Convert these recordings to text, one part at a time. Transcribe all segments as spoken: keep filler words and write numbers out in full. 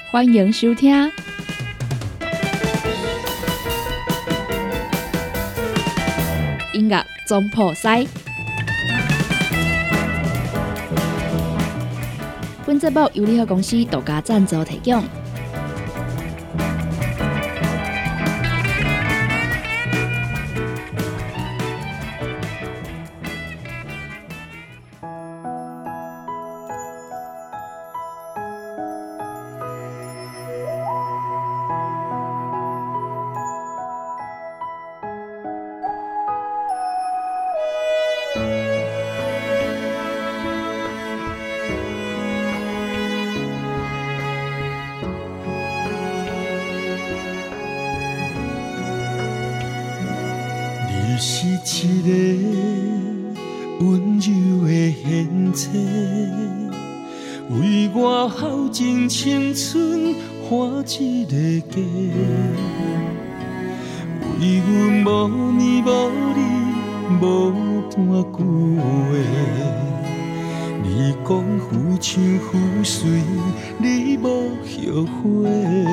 欢迎收听。音乐总铺师，本节目由联合公司独家赞助提供。 青春换一个家，为阮无年无日无半句话。你讲浮像浮水，你无后悔。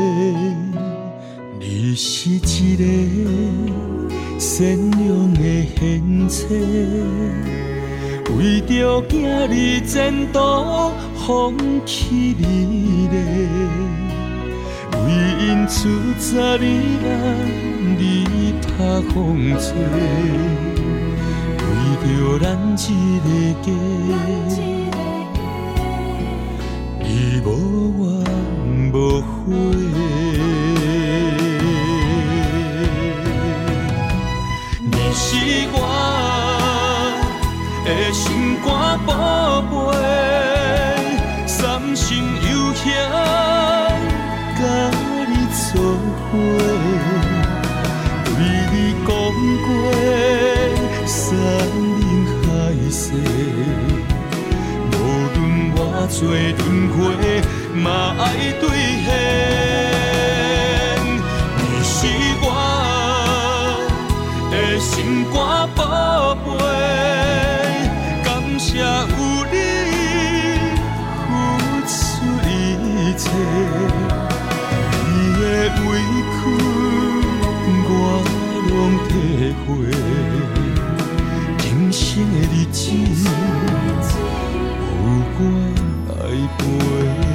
你是一个善良的贤妻，为着囝儿前途。放弃你嘞，为因出十二人，你拍风吹，为着咱一个家，你无怨无悔。你是我的心肝宝贝。心有兄，甲你作伙，对你讲过山盟海誓，无论偌多轮回，嘛爱兑现。你是我的心肝宝贝，感谢有你。你的委屈我拢体会，今生的日子有我来陪。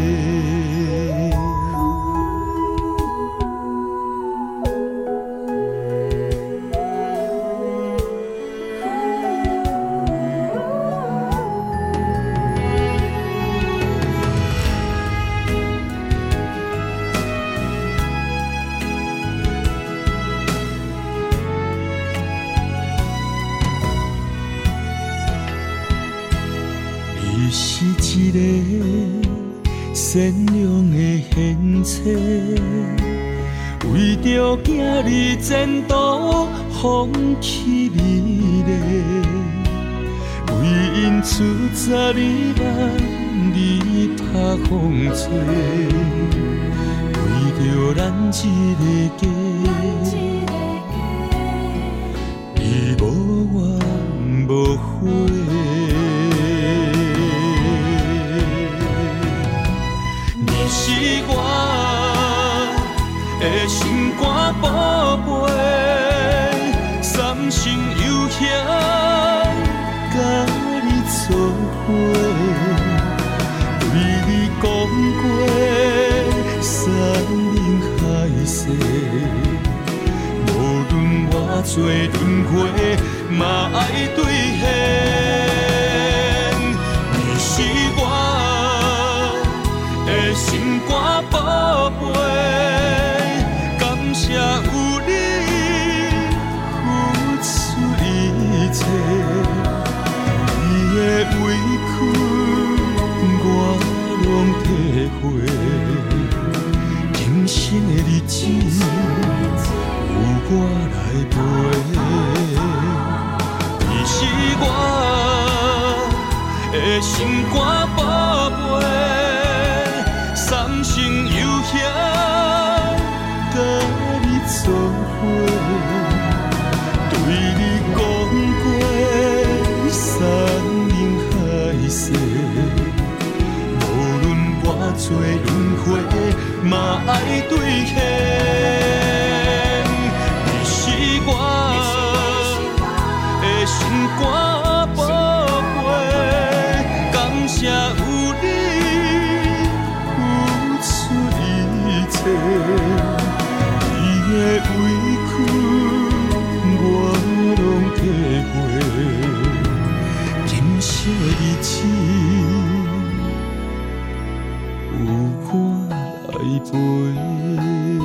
一个善良的贤妻，为着囝儿前途放弃你嘞，为因出十二人，你拍风吹，为着咱一个家，你无怨无悔。是我的心肝宝贝，三生有兄，甲你作伙，对你讲过山盟海誓，无论偌多轮回，嘛爱兑现。你是我的心肝宝贝，感谢有你付出一切，你的委屈我拢体会，今生的日子有我来陪。你是我的心肝宝贝。三生有兄，甲你作伙，对你讲过山盟海誓，无论我做轮回，嘛爱兑现。你是我的心肝宝贝，感谢有你付出一切，你的委屈我拢体会，今生一世有我来陪。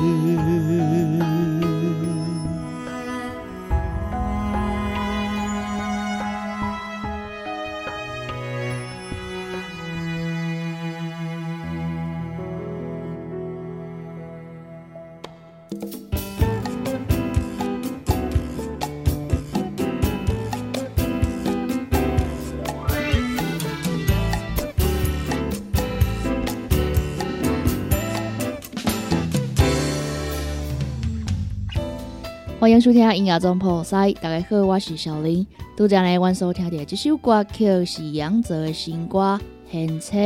欢迎收听音乐总铺塞，大家好，我是小林。拄则呢，阮所听到这首歌曲是杨泽的新歌《现车》。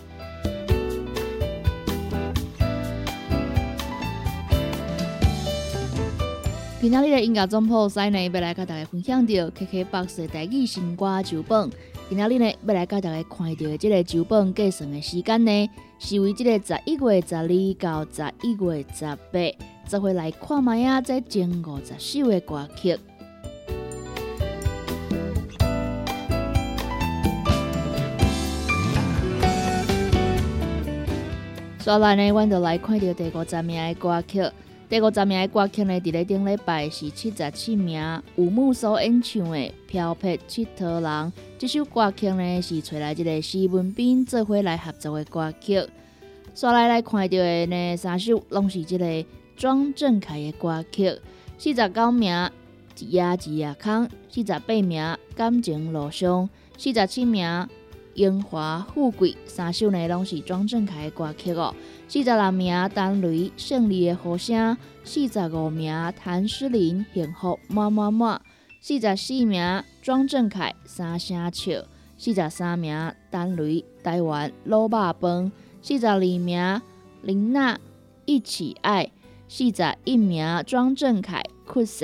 今仔日的音乐总铺塞呢，要来甲大家分享到 K K B O X 的台语新歌周榜。今仔日呢，要来甲大家看到这个周榜计算的时间呢，是为这个十一月十二到十一月十八。这回来看卖啊，这前五十首的歌曲。所以呢，阮就来看到第五十名的歌曲。第五十名的歌曲呢，伫咧顶礼拜是七十七名，吴木所演唱的《漂泊佚佗人》。这首歌曲呢，是找来这个施文彬做伙来合作的歌曲。所来来看到的呢，三首拢是这个庄正凯的歌曲。四十九名一夜一夜空，四十八名感情路上，四十七名荣华富贵，三首呢拢是庄正凯的歌曲哦。四十六名陈雷胜利的呼声，四十五名谭诗琳幸福满满满，四十四名庄正凯三声笑，四十三名陈雷台湾卤肉饭，四十二名林娜一起爱，四十一名庄正凯酷色。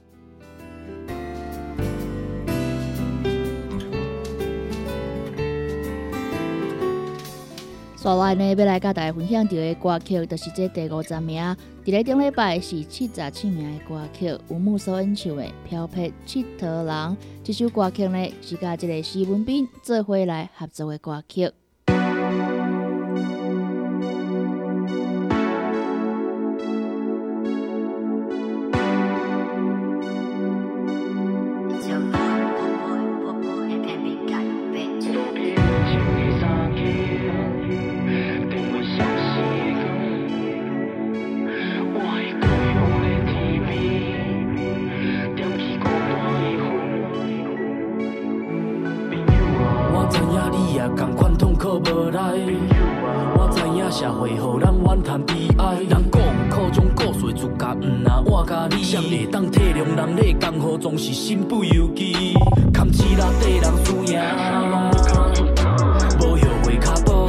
所来呢，要来甲大家分享到的歌曲，就是这第五十名。伫咧顶礼拜是七十七名的歌曲，吴木所演唱的《漂泊佚佗人》。这首歌曲呢，是甲这个施文彬做伙来合作的歌曲。 我知影社会予人怨叹悲哀，人讲苦中苦水自家毋若我甲你，谁会当体谅人咧艰苦总是身不由己，堪饲力底人输赢，无后话脚步，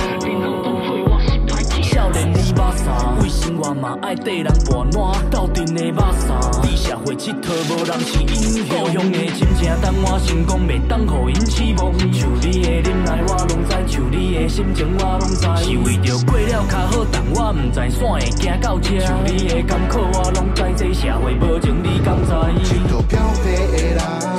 少年你目衫，为生活嘛爱底人跋烂，斗阵的目衫，伫社会佚佗无人是英雄，故乡的亲情等我成功，袂当予因失望，像你的忍耐我拢知，像你的心情我拢知，是为着过了较好，但我毋知煞会行到这，像你的甘苦我拢知，这社会无情你敢知？一个漂泊的人，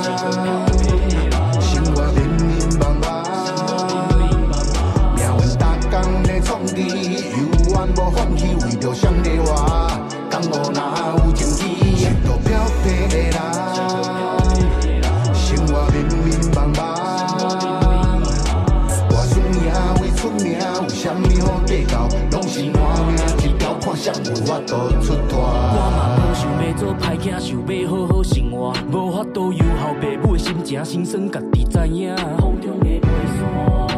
生活迷迷茫茫，命运逐工在创治，有怨无放弃，为着谁在活，敢无哪有情志？一个漂泊的人，生活迷迷茫茫。有啥物好计较？拢是烂命一条，看谁有法度出脱。我嘛无想要做歹囝，想要好好生活，无法度有后爸母的心情，心酸家己知影。风中的飞山，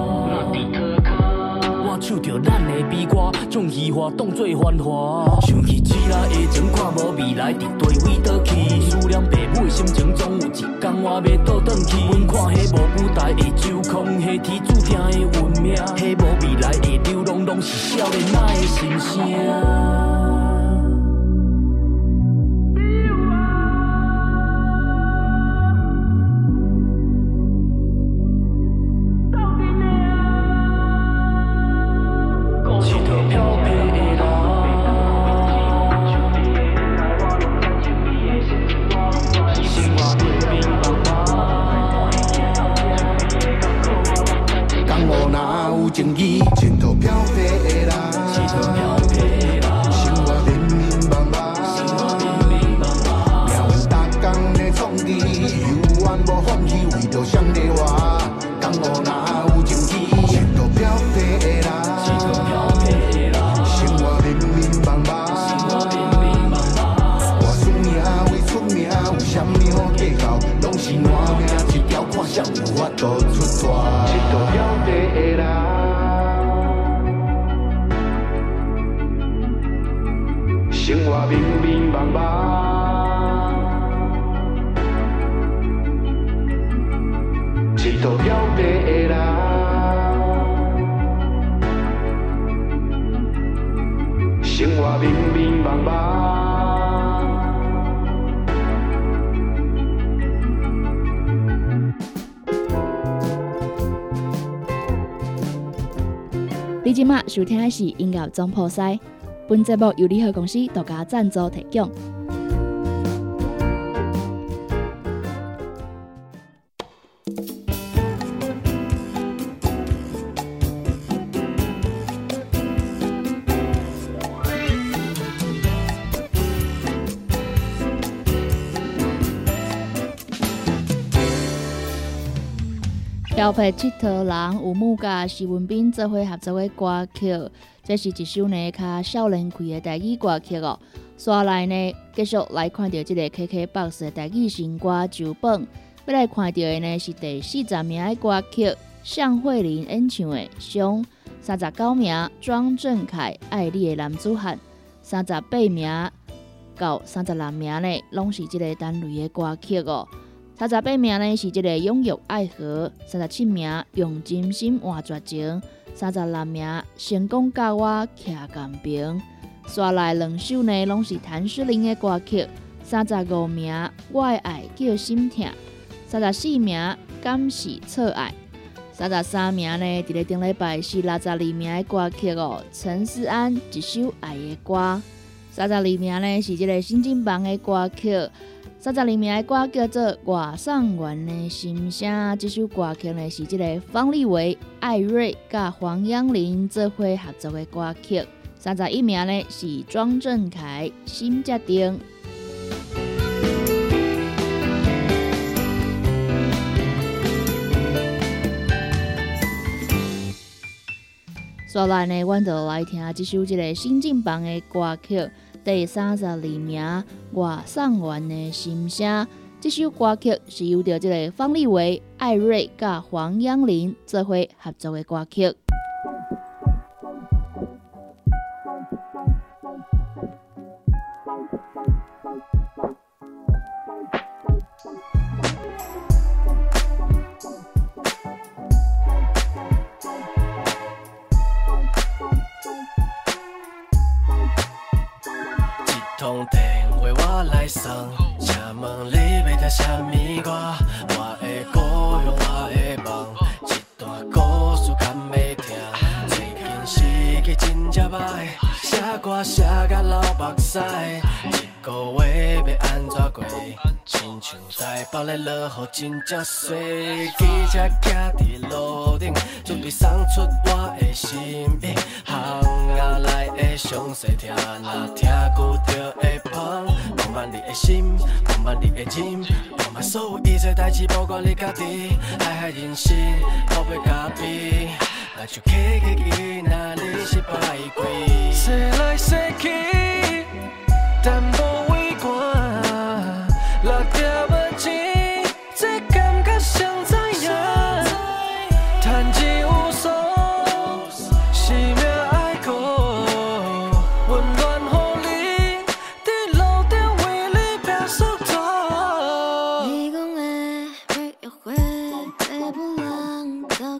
我唱着咱的悲歌，将虚华当作繁华。想起起来的前，看无未来，伫地位倒去。思念爸母的心情，总有一天我要倒转去。阮看迄无舞台的周空，迄天注定的运命，迄无未来的流浪，拢拢是少年仔的心声。 情义，前途飘飞的人，前途飘飞的人，生活迷迷茫茫，生活迷迷茫茫，命运逐天的创治，有缘无放弃，为着上帝活，江湖哪有情义，前途飘飞的人，前途飘飞的人，生活迷迷茫茫，生活迷迷茫茫，活出名为出名，有啥物好计较，拢是烂命一条，看谁有法度出大，前途飘飞的人。生活迷迷茫茫，前途飘飞的人，生活迷迷茫茫。 你即马收听的是音乐总铺师。本节目由联合公司独家赞助提供。漂泊佚佗人有木甲施文彬做伙合作的歌曲，这是一首呢较少年气的台语歌曲哦。刷来呢，继续来看到这个 K K B O X 的台语新歌周榜，要来看到的呢是第四十名的歌曲，向慧琳演唱的《上》，三十九名庄正凯《爱你的男子汉》，三十八名到三十六名呢，拢是这个单类的歌曲哦。三十八名呢是这个《永浴爱河》，三十七名《用真心换绝情》，三十六名《成功教我徛甘平》。刷来两首呢拢是谭诗玲的歌曲，三十五名《我的爱叫心痛》，三十四名《敢是错爱》，三十三名呢伫咧顶礼拜是六十二名的歌曲哦，陈思安一首爱的歌。三十二名呢是这个新进榜的歌曲。三十二名的歌叫做《外送员的心声》，这首歌曲呢是这个方力维、艾瑞甲黄央玲做伙合作的歌曲。三十一名呢是庄正凯《心才定》。接下来呢，阮就来听这首这个新进榜的歌曲。第三十二名《外送员的心声》，这首歌曲是由着这个方力维、艾瑞甲黄央玲做伙合作的歌曲。 通电话我来送，请问你要听啥物歌？我的故乡，我的梦，一段故事敢要听？最近时机真正歹，写歌写甲流目屎，一个月要安怎过？亲像在北咧落雨，真正衰。记者徛伫路顶，准备送出我的心意，巷仔内的详细听，若听久就会芳。放慢你的心，放慢你的忍，放慢所有一切代志，不管你家己，海海人生，宝贝咖啡，来就客客气，那你是歹开。说来说去，淡薄微寒，六条目钱，这感觉谁知影？赚钱有数，是命爱过，温暖予你，伫路顶为你拼速度。 你讲的月约会，这不人都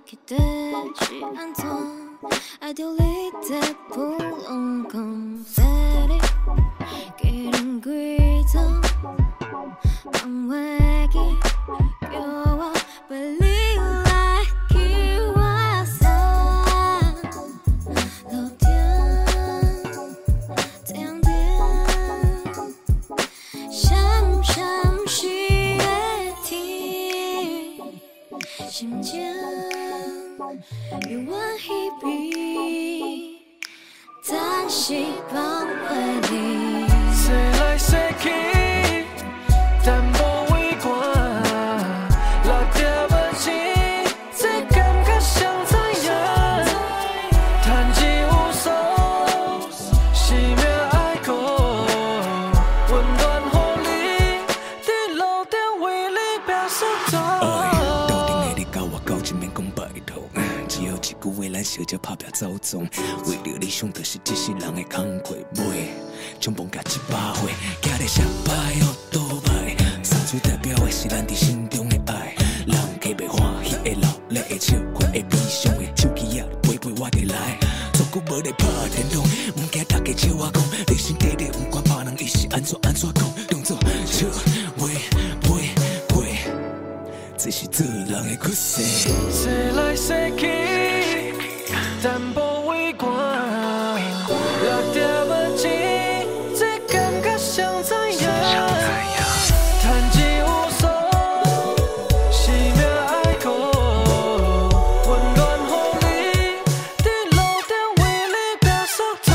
记得是安怎，爱着你在普通讲说你，给人规则，讲话记，叫我陪你来去我山，路顶这样点，闪闪许的天，心情。永远彼边，暂时放过你。 说来说去，淡薄微寒，六点半前，这感觉上知影。弹一有数，生命爱过，温暖予你，伫路顶为你拼速度。 到底的你甲我交一面讲拜托。只有一句话，咱小姐拍拼走总。为了理想，就是一世人的工课买。将放甲一百岁，今日失败又倒败，三水代表的是咱伫心中的爱。人客袂欢喜的流泪的笑，看会悲伤的手机啊，陪陪我伫来。足久无咧拍电动，毋惊大家笑我讲，你心底底毋管别人伊是安怎安怎讲，当作笑话陪陪，这是做人的屈势。 说来说去，淡薄微寒，六点半前，这感觉上知影。弹一有数，生命爱过，温暖予你，伫路顶为你拼速度。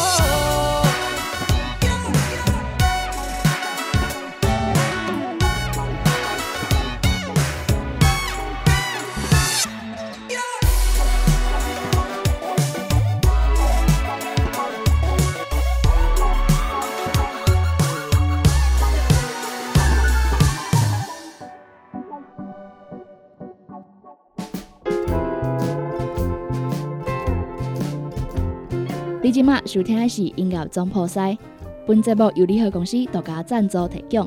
你即马收听的是音乐总铺师，本节目由联合公司独家赞助提供。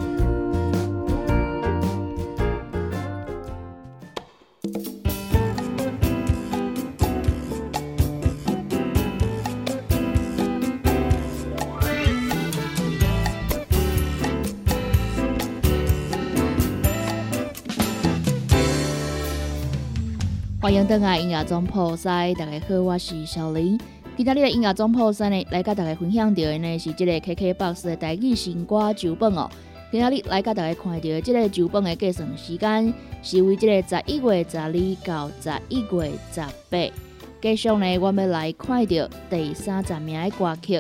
欢迎登来音乐总铺师，大家好，我是小林。今仔日的音乐总铺师呢，来甲大家分享到的呢是这个 K K B O X 的台语新歌周本哦。今仔日来甲大家看到的这个周本的计算时间是为这个十一月十二到十一月十八。继续呢，我们来看到第三十名的歌曲。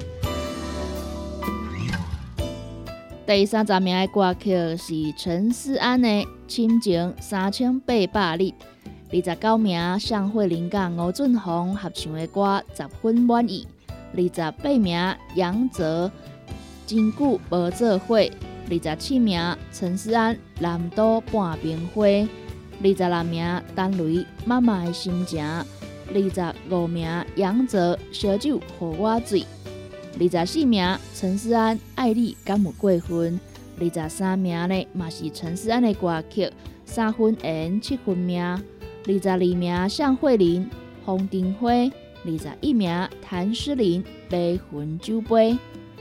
第三十名的歌曲是陈思安的《亲情三千八百日》。二十九名向慧玲甲吴俊宏合唱的歌《十分满意》，二十八名杨泽真久无做伙，二十七名陈思安南岛半边花，二十六名陈雷妈妈的心情，二十五名杨泽烧酒予我醉，二十四名陈思安爱你敢有过分，二十三名呢嘛是陈思安的歌曲三分缘七分命。二十二名向慧琳、洪丁花，二十一名谭诗琳迷魂酒杯。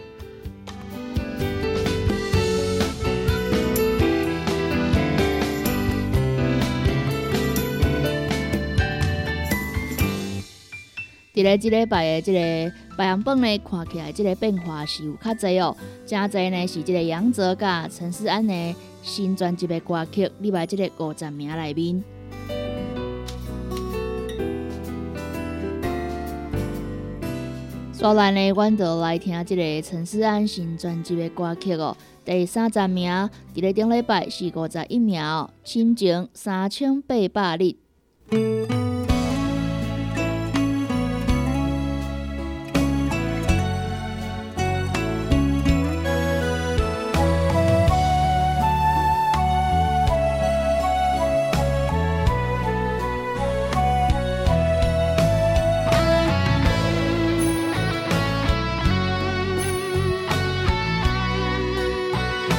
伫咧即礼拜的即个排行榜呢，看起来即个变化是有较侪哦，真侪呢是即个杨泽甲陈思安的新专辑的歌曲，入来即个五十名内面。所以呢，阮就来听即个陈思安新专辑的歌曲哦。第三十名，伫咧顶礼拜是五十一名哦，《亲情三千八百日》。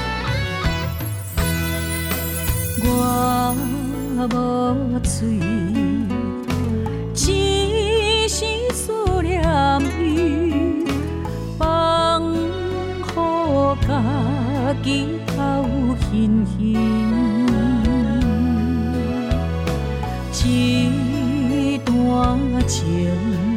无嘴， 日头hin hin，一段情，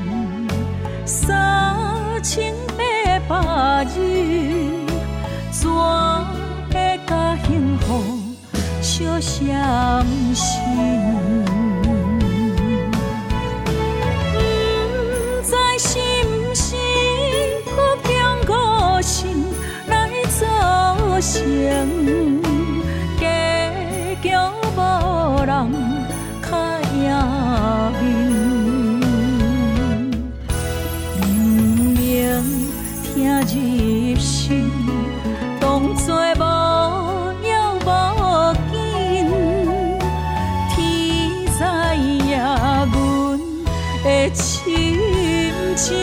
三千八百日，怎会甲幸福相相心？不知是不是苦强个性来造成，结局无人较赢面。明明听入心，当作无要无紧，天知影阮的心情。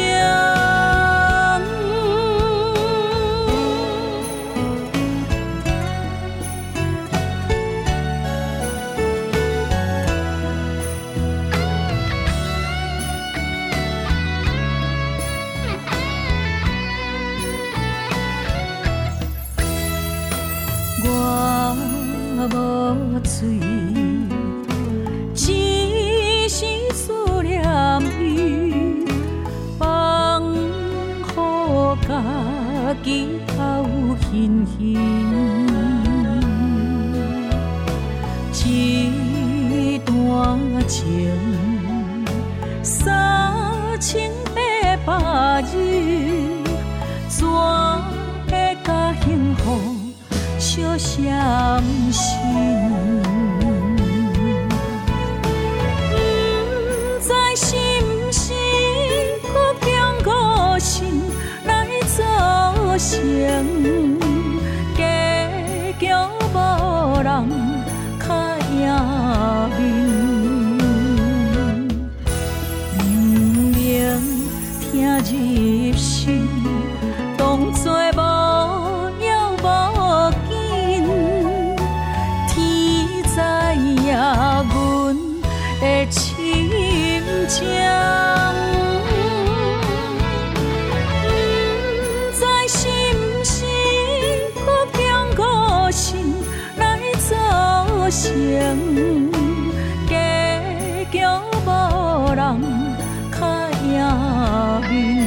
我无嘴，只是思念伊，放乎家己头hin hin，一段情，三千八百日，怎会甲幸福相相心？不知是不是苦强个性来造成，结局无人较赢面。明明听入心，当作无要无紧，天知影阮的心情。不知是不是苦强个性来造成，结局无人较赢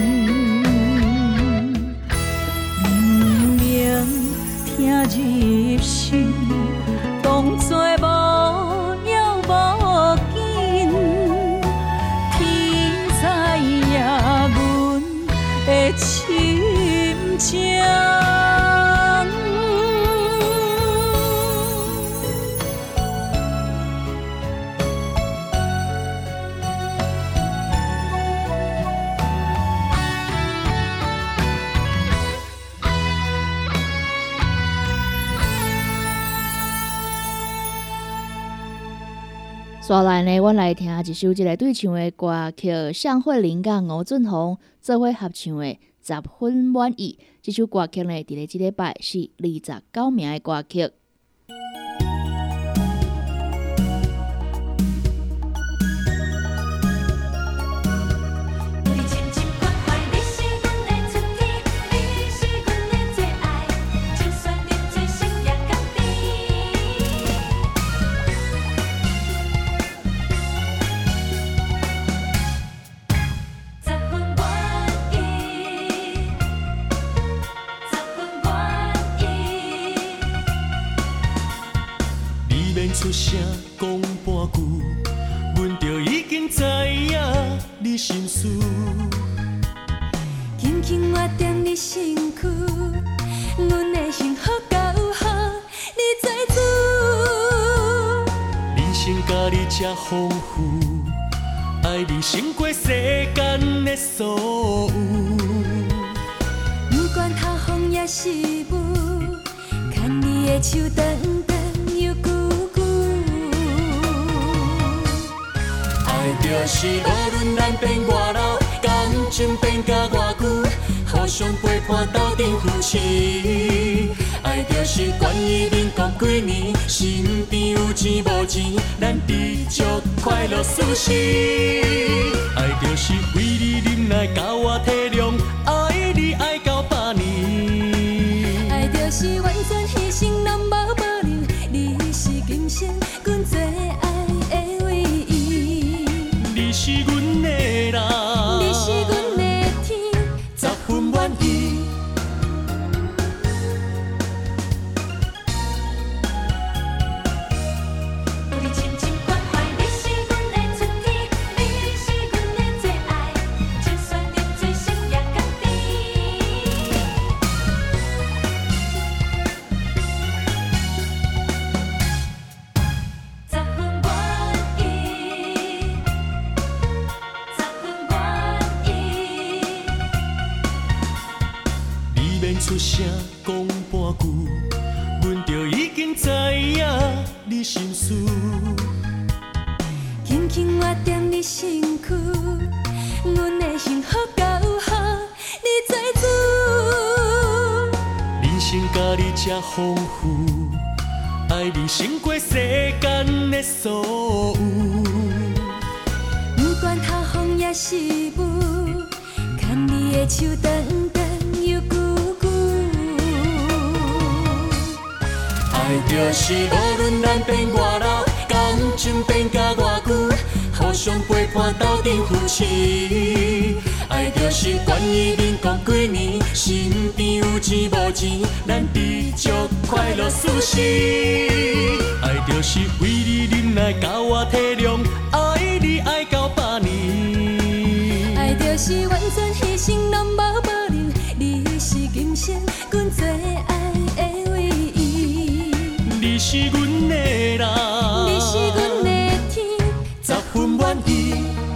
面。明明听入心，当作无要无紧，天知影阮的心情。 刷来呢，阮来听一首即个对唱的歌曲，向慧玲甲吴俊宏做伙合唱的《十分满意》。这首歌曲呢，伫咧即礼拜是二十九名的歌曲。 出声讲半句，阮就已经知影你心事。 轻轻我踮你身躯，阮的幸福够好，你做主。 人生甲你这丰富，爱你胜过世间的所有。 不管他风也是雨，牵你的手长长又久。 爱就是无论咱变偌老，感情变甲偌久，互相陪伴斗阵扶持。爱就是关于民国几年，身边有钱无钱，咱知足快乐舒适。爱就是为你忍耐，教我体谅，爱你爱到百年。 爱就是完全。 出声讲半句，阮就已经知影你心事。 轻轻我踮你身躯，阮的幸福够好，你做主。 人生甲你这丰富，爱你胜过世间的所有。 不管透风也是雾，牵你的手长长又久久。 爱就是无论咱变偌老，感情变甲偌久，互相陪伴斗阵扶持。爱就是愿意民国几年，身边有钱无钱，咱持续快乐舒适。爱就是为你忍耐，教我体谅，爱你爱到百年。 爱就是完全牺牲，拢无保留，你是今生阮最爱的唯一。 你是阮的人， 你是阮的天， 十分满意。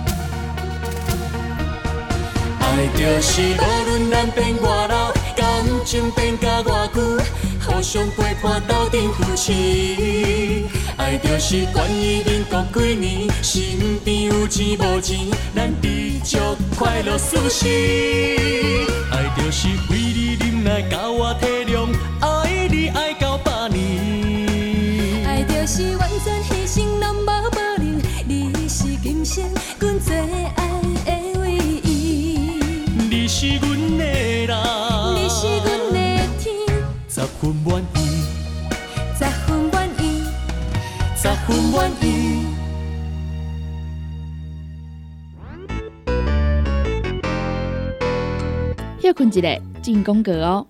爱就是无论咱变偌老，感情变甲偌久，互相陪伴斗阵扶持。爱就是愿意民国几年，身边有钱无钱，咱持续快乐舒适。爱就是为你忍耐，教我体谅，爱你爱到百年。 爱就是完全牺牲，拢无保留，你是今生阮最爱的唯一。 你是阮的人， 你是阮的天， 十分满意， 十分满意， 十分满意。 休困一下，进广告哦。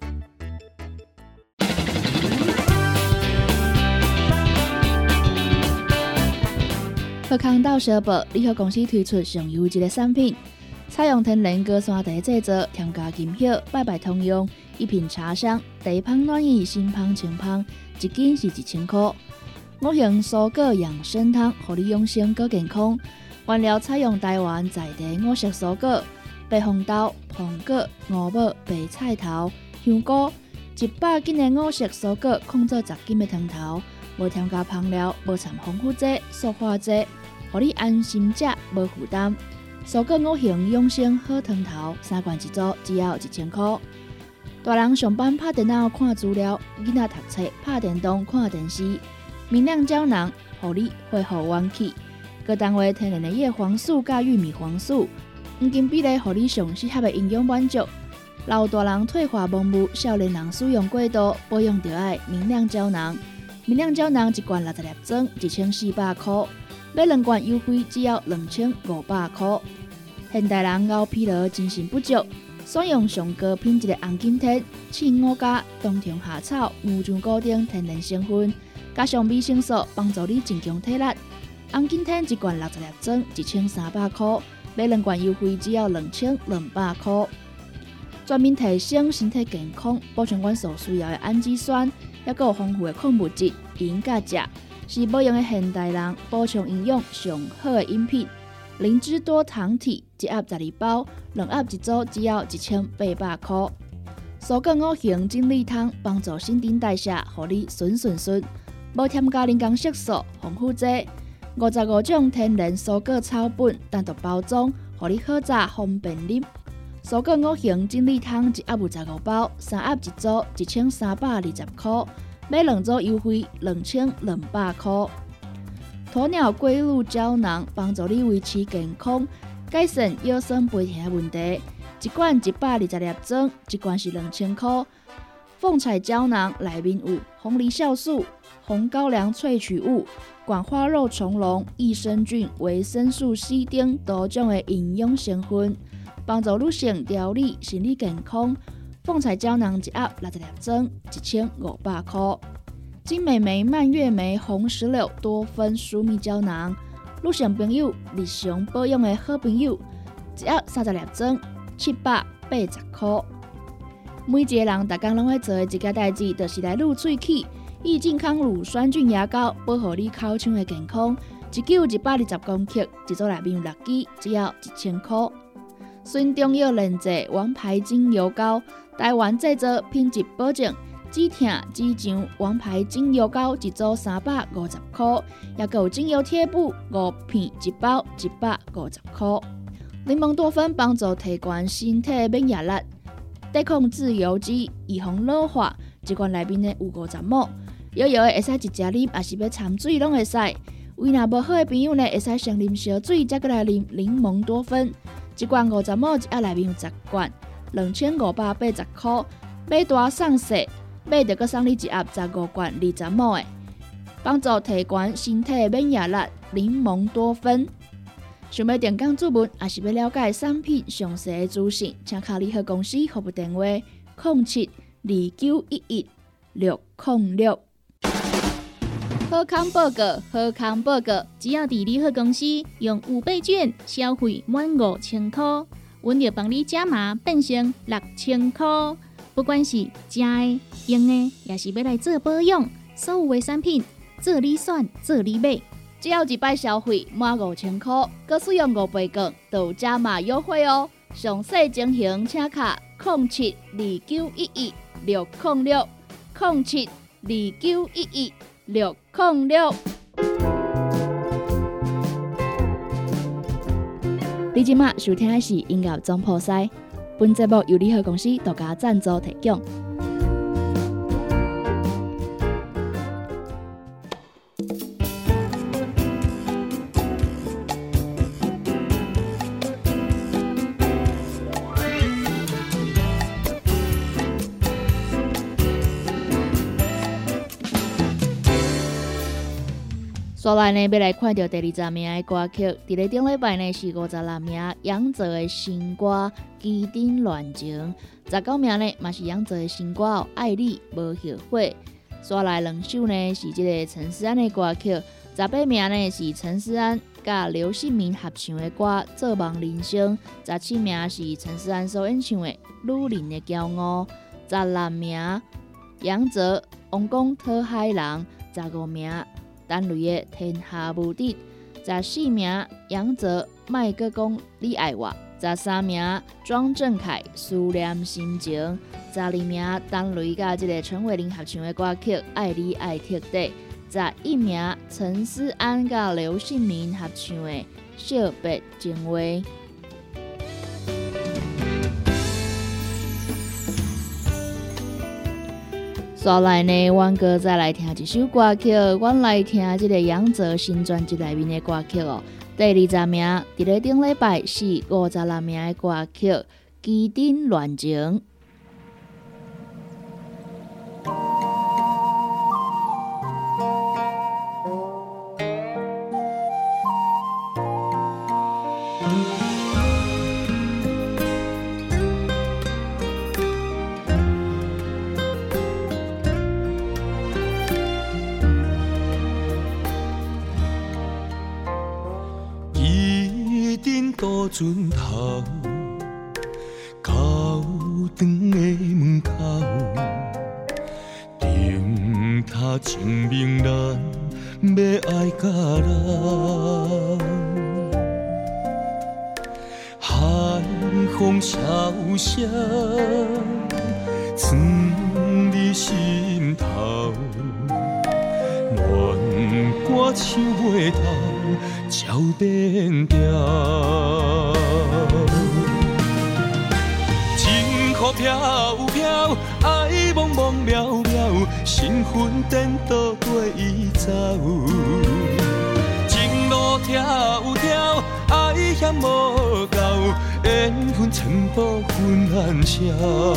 贺康岛小宝联合公司推出上优质的产品，采用天然高山茶制作，添加金叶、拜拜通用，一品茶香，茶香暖意，新香清香，一斤是一千块。五型蔬果养生汤，让你养生更健康。原料采用台湾在地五色蔬果：白红豆、苹果、五宝、白菜头、香菇，一百斤的五色蔬果控做十斤的汤头，无添加香料，无掺防腐剂、塑化剂，让你安心食，无负担。蔬果五行养生好汤头，三罐一组，只要一千块。大人上班拍电脑看资料，囡仔读册拍电动看电视。明亮胶囊，让你恢复元气。各单位天然的叶黄素加玉米黄素，黄金比例，让你上适合的营养满足。老大人退化盲目，少年人使用过度，保养就要明亮胶囊。明亮胶囊一罐六十粒装，一千四百块。买两罐优惠只要两千五百块。现代人熬疲劳、精神不足，选用上高品质的红景天、青五加、冬虫夏草、牛樟菇等天然成分，加上维生素，帮助你增强体力。红景天一罐六十粒装，一千三百块。买两罐优惠只要两千两百块。全面提升身体健康，补充阮所需要的氨基酸，还有丰富的矿物质、银甲钾，是保养的现代人补充营养上好的饮品。灵芝多糖体一盒十二包，两盒一组，只要一千八百块。蔬果五行精力汤帮助新陈代谢，让你顺顺顺，无添加人工色素、防腐剂。五十五种天然蔬果草本单独包装，让你好炸方便饮。蔬果五行精力汤一盒有十五包，三盒一组，一千三百二十块。买两组优惠两千两百块。鸵鸟龟鹿胶囊帮助你维持健康，改善腰酸背痛的问题。一罐一百二十粒装，一罐是两千块。凤彩胶囊内面有红梨酵素、红高粱萃取物、管花肉虫龙、益生菌、维生素 C 等多种的营养成分，帮助女性调理心理健康。凤彩胶囊一盒六十粒装，一千五百块。金美眉、蔓越莓、红石榴多酚疏密胶囊，女性朋友日常保养的好朋友，一盒三十粒装，七百八十块。每一个人逐工拢会做的一件代志，就是来撸喙齿。益健康乳酸菌牙膏，保护你口腔的健康。一支有一百二十公克，一组内面有六支，只要一千块。孙中药炼制王牌精油膏， 台湾制造，品质保证，止痛止痒，王牌精油膏一组三百五十块，也有精油贴布五片一包，一百五十块。柠檬多酚帮助提高身体免疫力，抵抗自由基，预防老化。一罐内面呢有五十毫升，摇摇的会使一只啉，也是要掺水拢会使。胃若无好的朋友呢，会使先啉烧水，再过来啉柠檬多酚。一罐五十毫升，一盒内面有十罐。两千五百八十块，买大送小，买就阁送你一盒十五罐二十毫升的，帮助提高身体免疫力。柠檬多酚。想要电工注文，也是要了解产品详细的资讯，请卡联合公司服务电话：零七二九一一六零六。好康报告，好康报告！只要伫联合公司用五倍券消费满五千块。阮就帮你加码变成六千块，不管是食的、用的，也是要来做保养，所有的产品做你选，做你买。只要一摆消费满五千块，佮使用五倍券，就有加码优惠哦。详细情形请卡零七二九一一六零六零七二九一一六零六。你即马收听的是音乐总铺师，本节目由联合公司独家赞助提供。所来呢，要来看到第二十名的歌曲。伫咧顶礼拜呢是五十六名，杨泽的新歌《基丁乱情》。十九名呢嘛是杨泽的新歌《爱你无后悔》。所来两首呢是即个陈思安的歌曲。十八名呢是陈思安甲刘信明合唱的歌《做梦人生》。十七名是陈思安所演唱的《女人的骄傲》。十六名杨泽、王公讨海人。十五名单雷的《天下无敌》，十四名杨泽麦哥讲你爱我，十三名庄正凯思念心情，十二名单雷甲这个陈慧琳合唱的歌曲《爱你爱彻底》，十一名陈思安甲刘信明合唱的《惜别情话》。所来呢，阮哥再来听一首歌曲，阮来听这个杨泽新专辑内面的歌曲哦。第二十名，伫咧顶礼拜是五十六名的歌曲《基丁乱情》。 渡船头，高长的门口，灯塔证明咱要爱到老。寒风萧萧，藏你心头，暖歌唱袂透。照变调，情雨飘飘，爱茫茫渺渺，身份颠倒跟伊走。情路迢迢，爱嫌无够，缘分全部分暗消。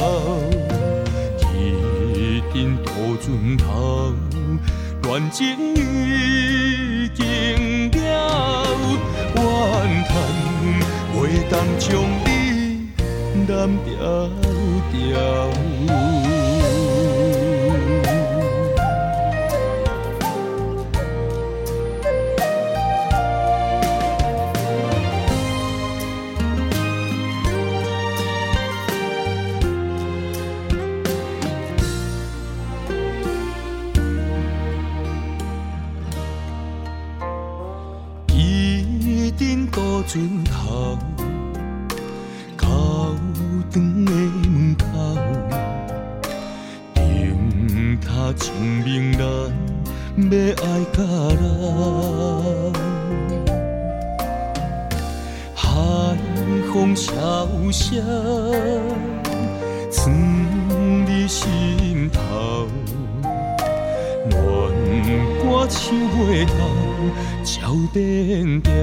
一阵渡船头，恋情已经了，怨叹袂当将你揽牢牢。渡船头，高长的门口， 证明咱要爱到老。海风萧萧，藏你心头。恋歌唱袂透，照变调。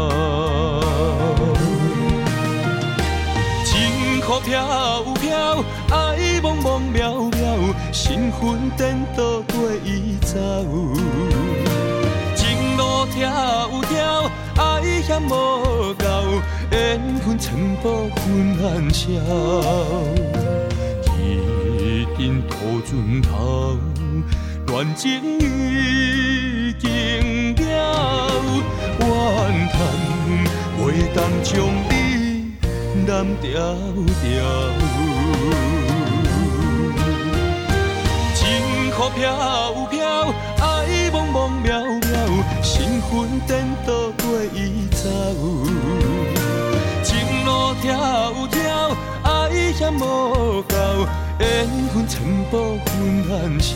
情雨飘飘，爱茫茫渺渺，身份颠倒跟伊走。情路迢迢，爱嫌无够，缘分全部分暗消。一阵土船头。恋情已经了，怨叹袂当将你揽牢牢。情雨飘飘，爱茫茫渺渺，身份颠倒跟伊走。情路迢迢，爱嫌无够。缘分全部分暗消，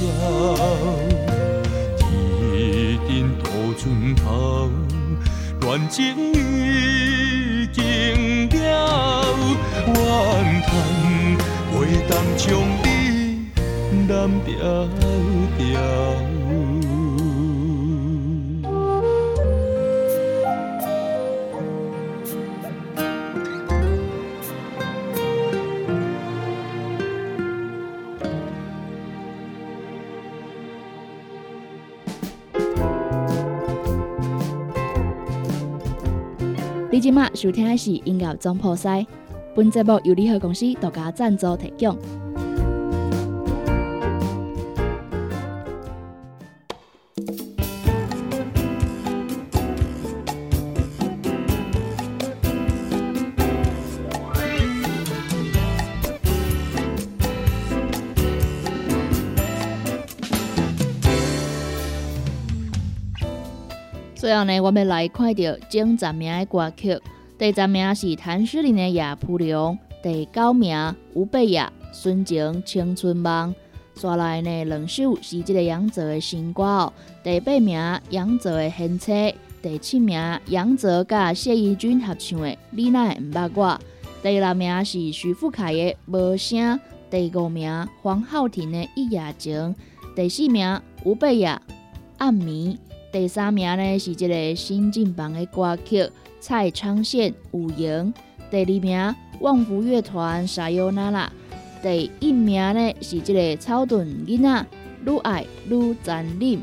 一阵土船头，恋情已经了，怨叹袂当将你揽牢牢。 你即马收听的是音乐总铺师，本节目由联合公司独家赞助提供。最后呢，我们来看到前十名的歌曲。第十名是谭诗玲的《夜蒲龙》，第九名吴贝雅《纯情青春梦》。刷来呢两首是这个杨泽的新歌哦。第八名杨泽的《hen车》，第七名杨泽甲谢依君合唱的《你哪会毋捌我》。第六名是徐富凯的《无声》，第五名黄浩庭的《一夜情》，第四名吴贝雅《暗暝》。第三名呢是这个新进榜的歌曲蔡昌宪《有影》，第二名旺福乐团《沙尤娜拉》，第一名呢是这个草屯囡仔《愈爱愈残忍》。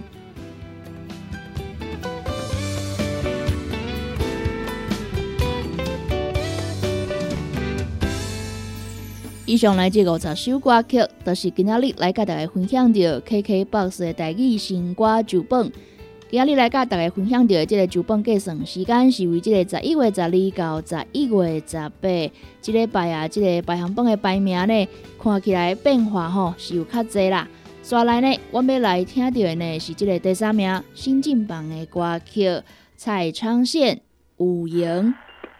以上来这五十首歌曲，都是今仔日来甲大家分享到 K K B O X 的台语新歌剧本。今仔日来甲大家分享到的这个剧本计算时间是为这个十一月十二到十一月十八，这礼拜啊，这个排行榜的排名呢，看起来变化吼是有较侪啦。刷来呢，我们要来听到的呢是这个第三名新进榜的歌曲蔡昌宪《有影》。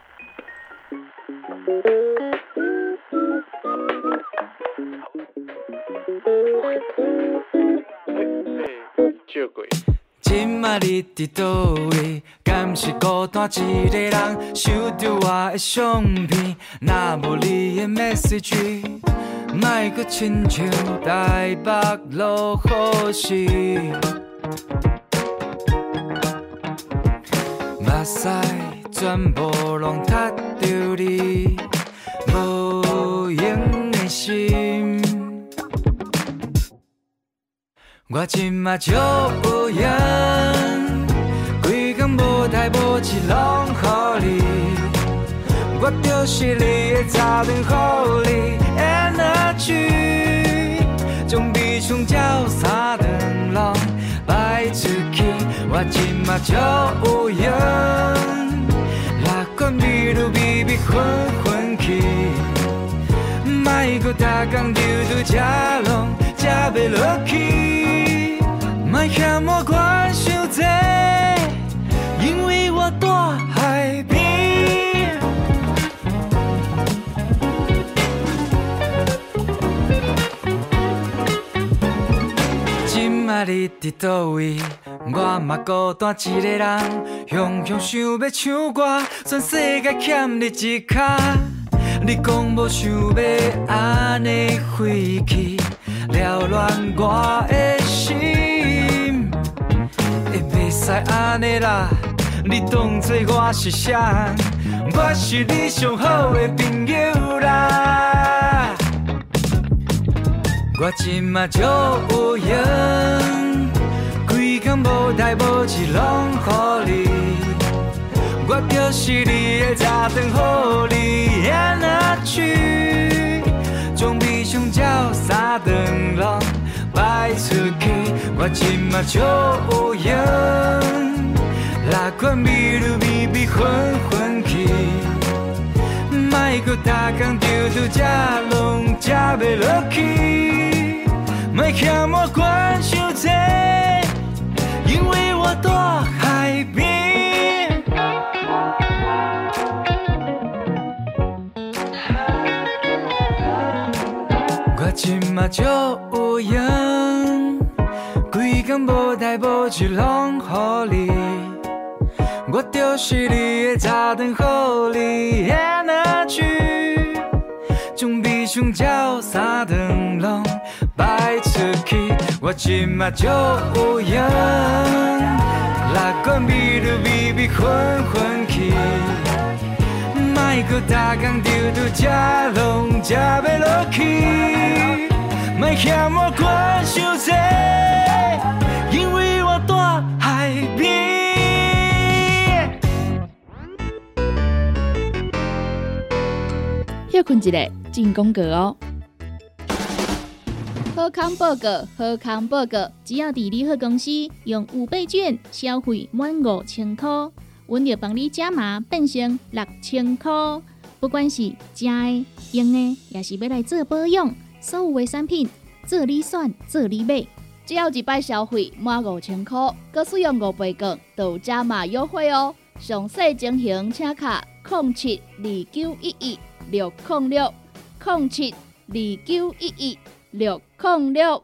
今仔日伫倒位？敢是孤单一个人？收着我的相片，若无你的 message， 莫阁亲像台北落雨时，目屎全部拢踢着你无用的心。我今嘛就有影，规工无代无志拢予你，我就是你的早顿互你 energy， 将悲伤照三顿拢摆出去。我今嘛就有影，六管美女美美混混去，莫阁逐工丢丢吃拢吃袂落去。莫嫌我管伤济，因为我住海边。一你伫倒位，我嘛孤单一个人，雄雄想要唱歌，全世界欠你一卡。你讲无想要安尼废去，扰乱我的心，会袂使安尼啦。你当作我是啥？我是你上好的朋友啦。我今嘛就有闲，规工无代无志拢予你。我就是你的早顿好你安那去，将悲伤照三顿拢摆出去。我今嘛就有闲。哪管美如美美混混去，莫搁逐工丢丢这拢这要落去，莫欠我管伤济，因为我住海边。我今嘛就有闲，规工无代无志拢予你。我就是你的早顿好你安那去，将悲伤照三顿拢摆出去。我今嘛就有闲，哪管美如美美混混去，莫搁逐工丢丢这拢这要落去，莫嫌我管伤济，因为我住海边。 休困一下，进广告哦。好康报告，好康报告！只要伫你好公司用五倍券消费满五千块，阮就帮你加码变成六千块。不管是食的、用的，也是要来做保养，所有的产品做你选，做你买。只要一摆消费满五千块，佮使用五倍券，就有加码优惠哦。详细情形请卡零七二九一一六零六零七二九一一六零六。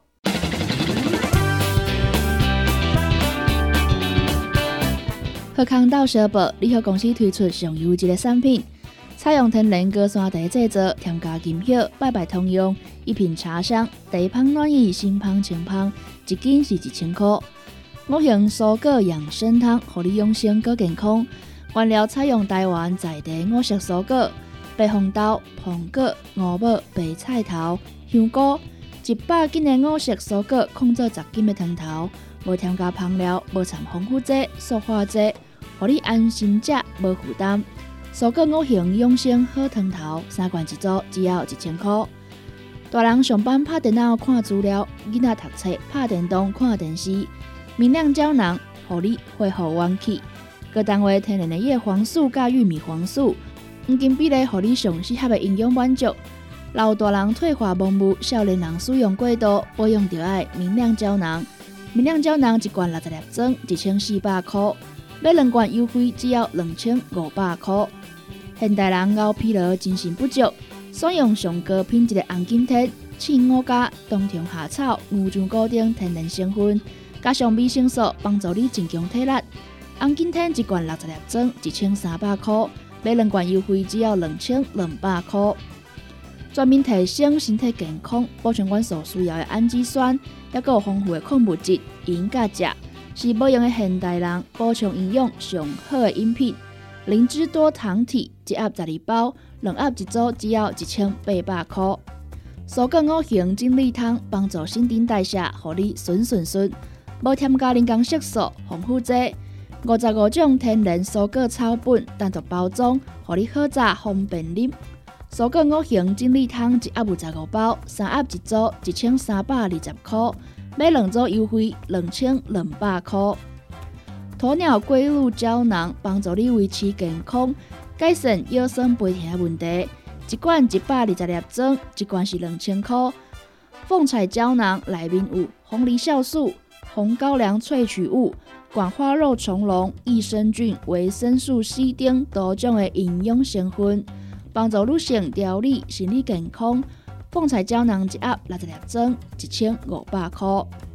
好康到小宝联合公司推出上优质的产品，采用天然果山茶制作，添加金叶，拜拜通用，一品茶香，茶香暖意，心香清香，一斤是一千块。五行蔬果养生汤，让你养生更健康。原料采用台湾在地五色蔬果。白红豆、苹果、五宝、白菜头、香菇，一百斤的五色蔬果控做十斤的汤头，无添加香料，无掺防腐剂、塑化剂，让你安心食，无负担。蔬果五行养生好汤头，三罐一组，只要一千块。大人上班拍电脑看资料，囡仔读册拍电动看电视，明亮胶囊，让你恢复元气。各单位天然的叶黄素加玉米黄素。黄金比例，互你上适合的营养满足。老大人退化盲目，少年人使用过度，保养就要明亮胶囊。明亮胶囊一罐六十粒装，一千四百块；买两罐优惠只要两千五百块。现代人熬疲劳、精神不足，选用上高品质的红景天、青五加、冬虫夏草、牛樟菇等天然成分，加上维生素，帮助你增强体力。红景天一罐六十粒装，一千三百块。买两罐优惠只要两千两百块，全面提升身体健康，补充阮所需要的氨基酸，也有丰富的矿物质、银甲钾，是保养的现代人补充营养上好的饮品。灵芝多糖体一盒十二包，两盒一组只要一千八百块。蔬果五行精力汤帮助新陈代谢，让你顺顺顺，无添加人工色素、防腐剂。五十五种天然蔬果草本单独包装，让你好炸方便饮。蔬果五行精力汤一盒有十五包，三盒一组，一千三百二十块。买两组优惠两千两百块。鸵鸟龟乳胶囊帮助你维持健康，改善腰酸背痛的问题。一罐一百二十粒装，一罐是两千块。凤彩胶囊内面有红梨酵素、红高粱萃取物。管花肉虫龙、益生菌、维生素 C 等多种的营养成分，帮助女性调理心理健康。凤彩胶囊一盒六十粒装，一千五百块。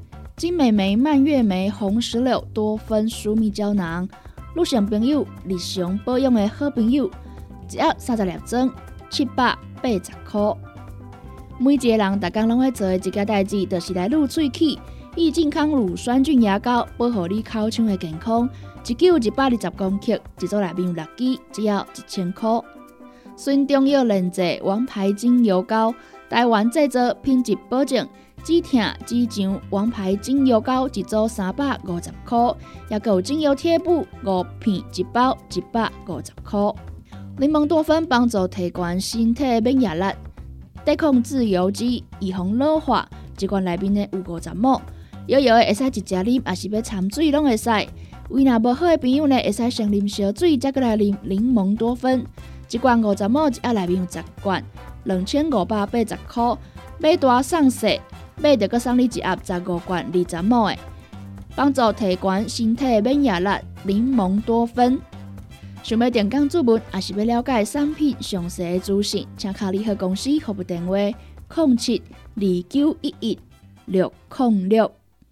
金美眉、蔓越莓、红石榴多酚舒密胶囊，女性朋友日常保养的好朋友，一盒三十粒装，七百八十块。每一个人逐工拢会做的一件代志，就是来撸喙齿。益健康乳酸菌牙膏，保护你口腔的健康。一九一百二十公克，一组内面有六支，只要一千块。纯中药炼制王牌精油膏，台湾制作，品质保证。止痛止痒王牌精油膏一组三百五十块，也有精油贴布五片一包一百五十块。柠檬多酚帮助提高身体免疫力，抵抗自由基，预防老化。一罐内面呢有五十毫升，摇摇的会使直接啉，也是要掺水拢会使。胃若无好的朋友呢，会使先啉烧水，再过来啉柠檬多酚。一罐五十毫升，一盒内面有十罐，两千五百八十块。买大送小。买就阁送你一盒十五罐二十毫升的，帮助提高身体免疫力。柠檬多酚。想要订购注文，也是要了解产品详细的资讯，请洽联合公司服务电话：零七二九一一六零六。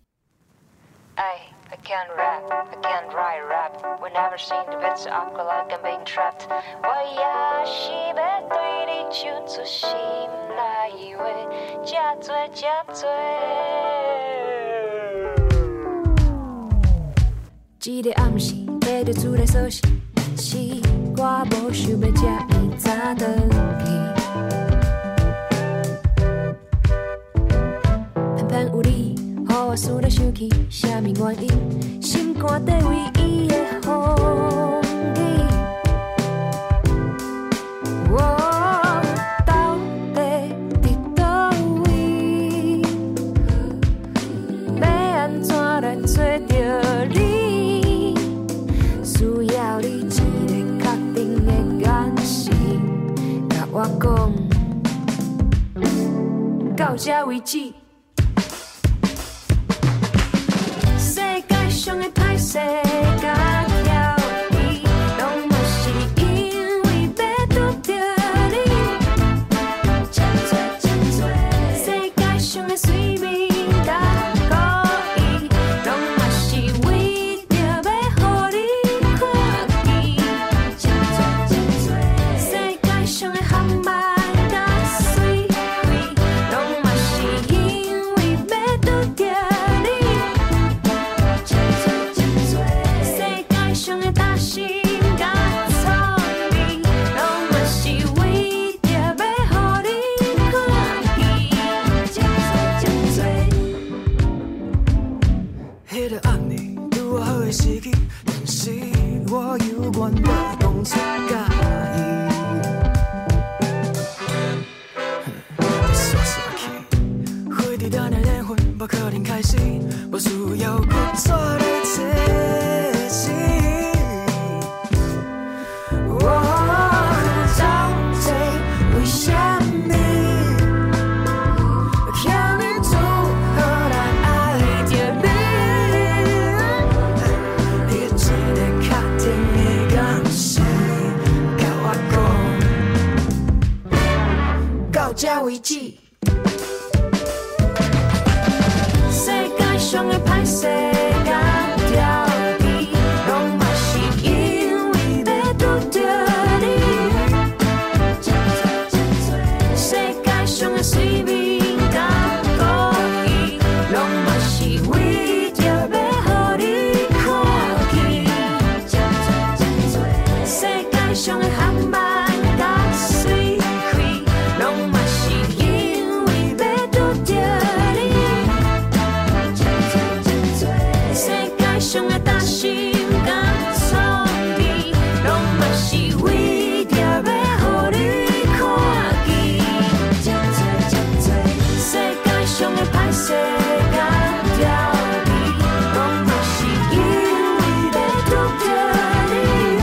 I can't rap, I can't write rap. We never seen the bits, I feel like I'm being trapped. 我也是要对你唱出心内话，这多这多。一个暗时，爬着厝内锁匙，是我无想要这么早回去。偏偏有你。予我思来想去，啥物原因？心肝底唯一的风景。我到底伫倒位？要安怎来找着你？需要你一个确定的眼神，甲我讲，到这为止。上的歹势甲调皮，拢嘛是因为要拄着你。真多真多，世界上的水面甲故意，拢嘛是为着要予你看见。真多真多，世界上的航班甲水费，拢嘛是因为要拄着。但是我犹原要讲出介意，煞煞去，花伫等的缘分，无可能开始，无需要搁再来解释。我到底为啥物？让你如何来爱着你？到这为止，世界上的歹势甲调皮，拢嘛是因为要拄着你。世界上的水面甲故意，拢嘛是为着要予你看见。世界上的航班。上的担心甲错意，拢嘛是为着要予你看见。真多真多，世界上的歹势甲调皮，拢嘛是因为要拄着你。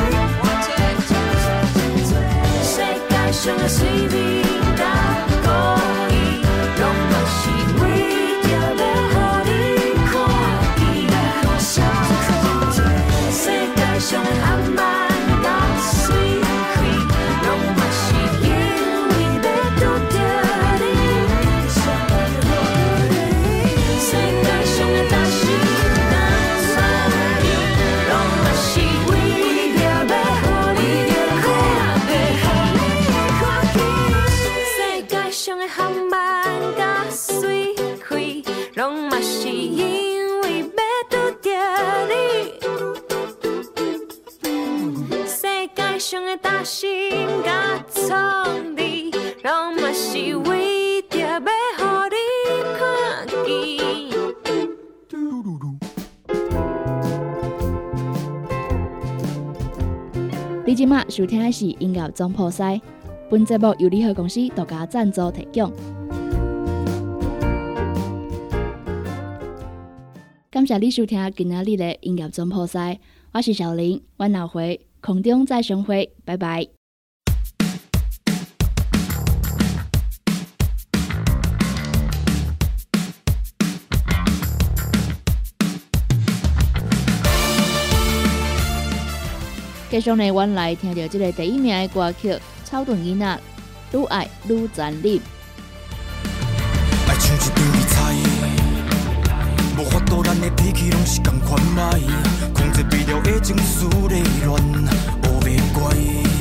世界上的水面甲故意，拢嘛是为着要予你看见。世界上的航班甲水费，拢嘛是因为要拄着你。世界上的的担心甲创意，拢嘛是为着要予你看见。 你即马收听的是音乐总铺师，本节目由联合公司独家赞助提供。感谢你收听今仔日的音乐总铺师，我是小林，阮后回空中再相会，拜拜。继续呢，阮来听到这个第一名的歌曲《草屯囡仔》，愈爱愈残忍。 爱像一张迷彩，无法度，咱的脾气拢是同款歹，控制不了的情绪内乱，乌袂怪。